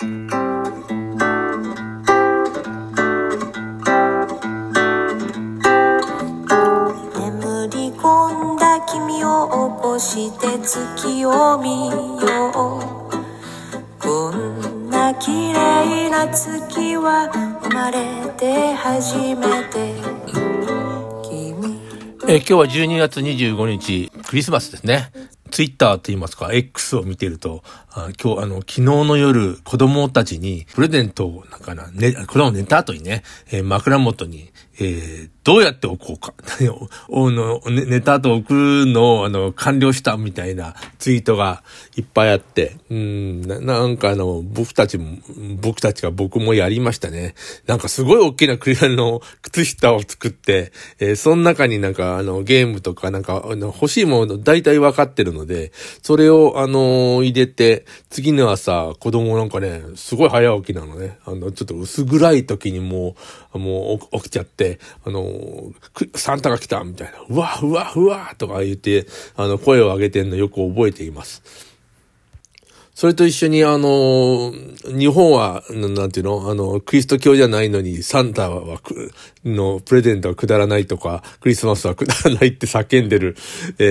眠り込んだ君を起こして月を見よう。こんな綺麗な月は生まれて初めて。 今日は12月25日クリスマスですね。ツイッターと言いますか X を見てると、今日昨日の夜子供たちにプレゼントを子供寝た後にね、枕元にどうやって置こうか寝た後置くのを完了したみたいなツイートがいっぱいあって、僕もやりましたね。なんかすごい大きな靴下を作って、その中にゲームとか欲しいもの大体分かってるので、それを入れて、次の朝子供すごい早起きなのね。ちょっと薄暗い時にもう起きちゃって、サンタが来たみたいな、うわうわうわとか言って、声を上げてんのよく覚えています。それと一緒に日本は、キリスト教じゃないのに、サンタのプレゼントはくだらないとか、クリスマスはくだらないって叫んでる、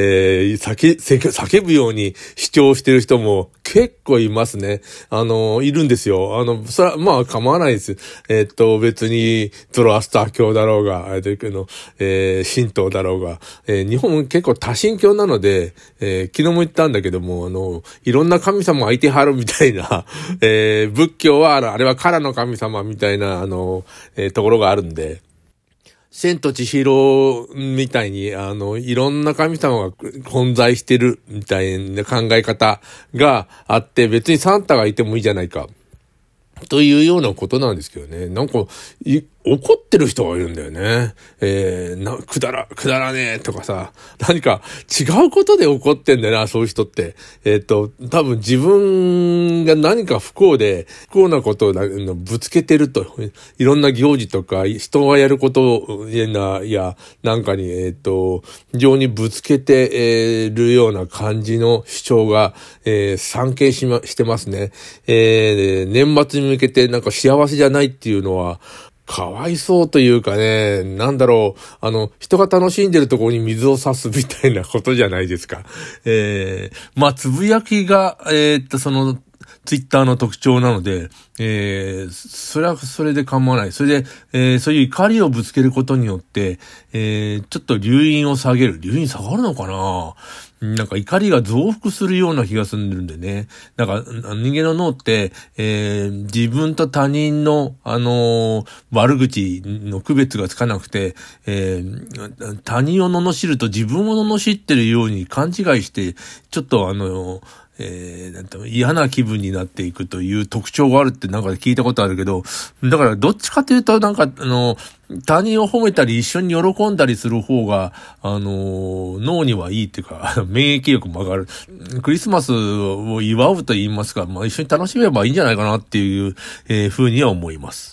叫ぶように主張してる人も結構いますね。いるんですよ。それは、まあ構わないです。別に、ゾロアスター教だろうが、神道だろうが、日本結構多神教なので、昨日も言ったんだけども、いろんな神様相手はるみたいな、仏教はあれはカラの神様みたいな、ところがあるんで、千と千尋みたいに、いろんな神様が混在してるみたいな考え方があって、別にサンタがいてもいいじゃないか。というようなことなんですけどね。怒ってる人がいるんだよね。くだらねえとかさ、何か違うことで怒ってんだよな、そういう人って。多分自分が何か不幸なことをぶつけてると、いろんな行事とか、人がやることや、に、非常にぶつけてるような感じの主張が、散見してますね。年末に向けて幸せじゃないっていうのは、かわいそうというかね、人が楽しんでるところに水を差すみたいなことじゃないですか。つぶやきが、ツイッターの特徴なので、それはそれで構わない。それで、そういう怒りをぶつけることによって、ちょっと留飲を下げる。留飲下がるのかな？怒りが増幅するような気がするんでね。人間の脳って、自分と他人の、悪口の区別がつかなくて、他人を罵ると自分を罵ってるように勘違いして、ちょっと嫌な気分になっていくという特徴があるって聞いたことあるけど、だからどっちかというと他人を褒めたり一緒に喜んだりする方が、脳にはいいっていうか、免疫力も上がる。クリスマスを祝うと言いますか、一緒に楽しめばいいんじゃないかなっていう、ふうには思います。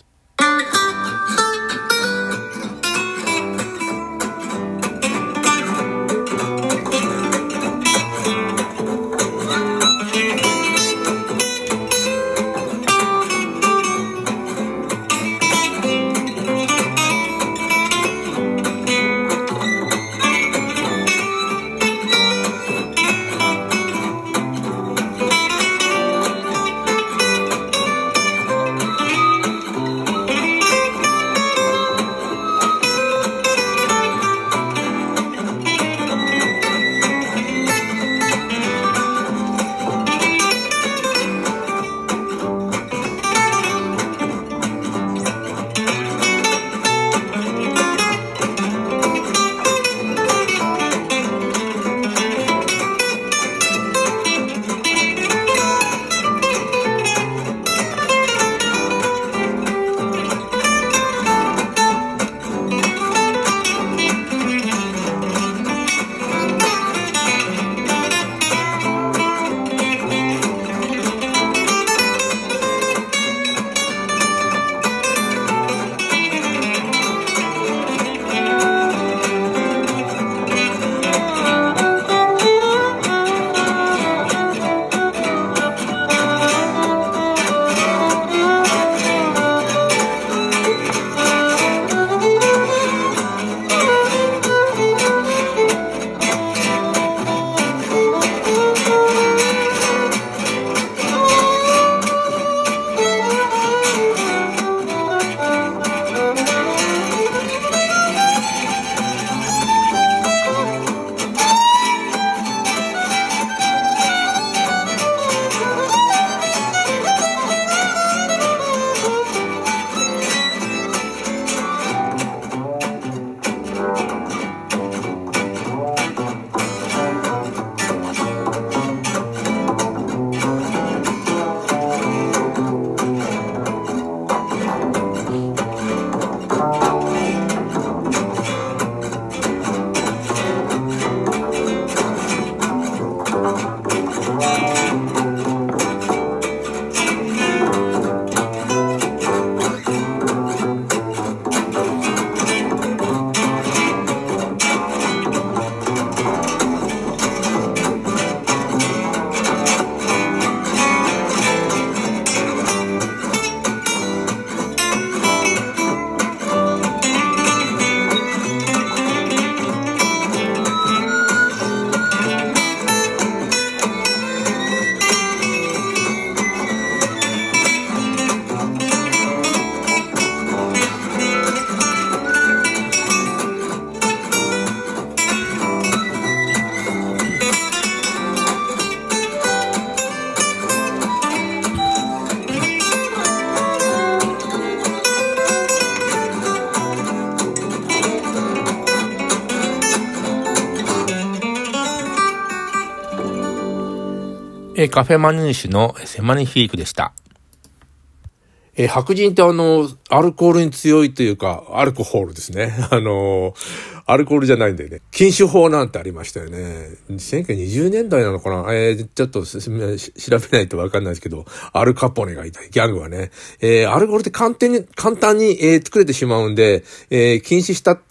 カフェマヌーシュのセマニフィークでした。白人ってアルコールに強いというか、アルコホールですね。アルコールじゃないんだよね。禁酒法なんてありましたよね。1920年代なのかな、ちょっと調べないとわかんないですけど、アルカポネがいた、ギャングはね。アルコールって簡単に、作れてしまうんで、禁止したって、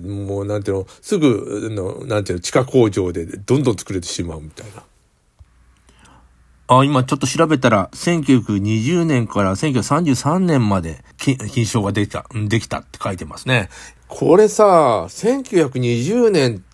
もうすぐ地下工場でどんどん作れてしまうみたいな。今ちょっと調べたら、1920年から1933年まで禁酒ができたって書いてますね。これさ、1920年って、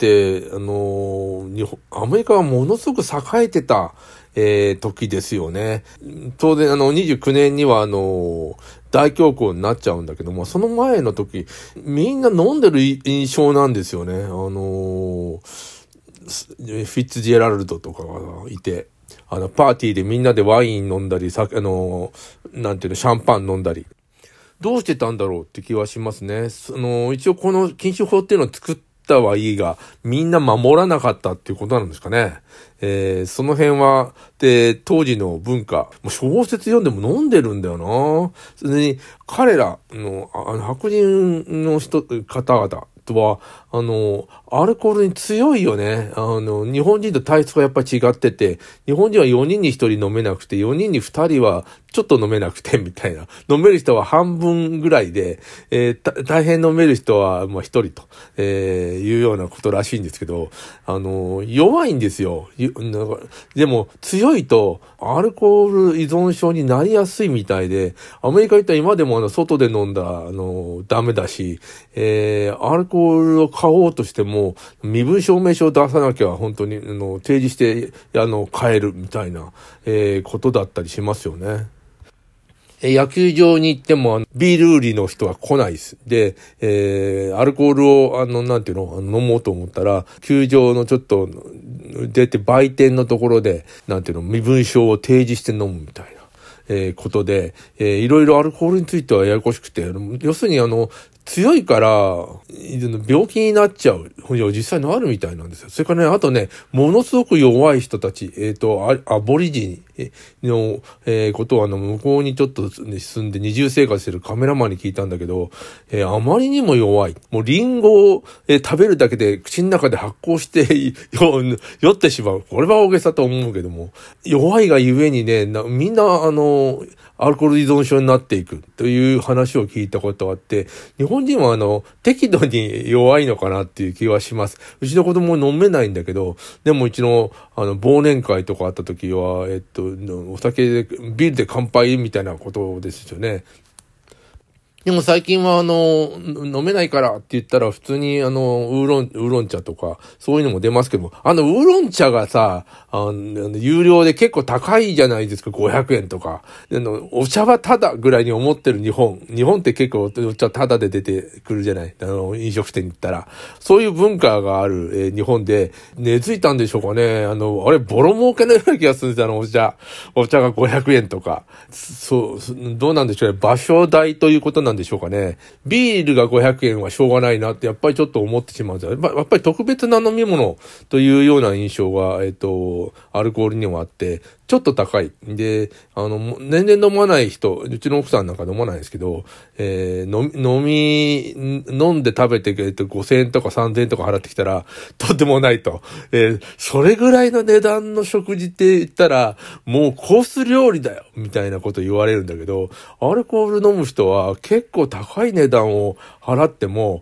アメリカはものすごく栄えてた、時ですよね。当然29年には大恐慌になっちゃうんだけども、その前の時、みんな飲んでる印象なんですよね。フィッツジェラルドとかがいて。パーティーでみんなでワイン飲んだり、シャンパン飲んだり。どうしてたんだろうって気はしますね。一応この禁酒法っていうのを作ったはいいが、みんな守らなかったっていうことなんですかね。その辺は、当時の文化、小説読んでも飲んでるんだよな。それに、彼らの、白人の方々、は、アルコールに強いよね。日本人と体質がやっぱり違ってて、日本人は4人に1人飲めなくて、4人に2人はちょっと飲めなくて、みたいな。飲める人は半分ぐらいで、大変飲める人は、1人と、いうようなことらしいんですけど、弱いんですよ。でも、強いと、アルコール依存症になりやすいみたいで、アメリカ行ったら今でも外で飲んだ、ダメだし、アルコールを買おうとしても、身分証明書を出さなきゃ本当に、提示して、買えるみたいな、ことだったりしますよね。野球場に行っても、ビール売りの人は来ないです。で、アルコールを、飲もうと思ったら、球場のちょっと、出て売店のところで、身分証を提示して飲むみたいな。ことで、いろいろアルコールについてはややこしくて、要するに強いから、病気になっちゃう。実際にあるみたいなんですよ。それからね、あとね、ものすごく弱い人たち、アボリジニの、ことは向こうにちょっと住んで二重生活してるカメラマンに聞いたんだけど、あまりにも弱い。もうリンゴを、食べるだけで口の中で発酵して酔ってしまう。これは大げさと思うけども、弱いがゆえにね、みんなアルコール依存症になっていくという話を聞いたことがあって、日本人は適度に弱いのかなっていう気はします。うちの子供飲めないんだけど、でもうちの忘年会とかあった時は、お酒で、ビールで乾杯みたいなことですよね。でも最近は飲めないからって言ったら普通にウーロン茶とかそういうのも出ますけども、ウーロン茶がさ、有料で結構高いじゃないですか、500円とか。お茶はタダぐらいに思ってる日本って結構お茶タダで出てくるじゃない、飲食店に行ったら。そういう文化がある、日本で根付いたんでしょうかね。あれ、ボロ儲けのような気がするんですよ、お茶が500円とか。どうなんでしょうね。場所代ということなんでしょうかね。ビールが500円はしょうがないなってやっぱりちょっと思ってしまうんですよ。やっぱり特別な飲み物というような印象が、アルコールにもあって、ちょっと高い。で、年々飲まない人、うちの奥さんなんか飲まないですけど、飲んで食べて、5000円とか3000円とか払ってきたら、とてもないと。それぐらいの値段の食事って言ったら、もうコース料理だよみたいなこと言われるんだけど、アルコール飲む人は結構高い値段を払っても、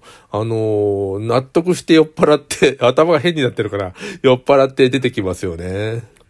納得して酔っ払って、頭が変になってるから、酔っ払って出てきますよね。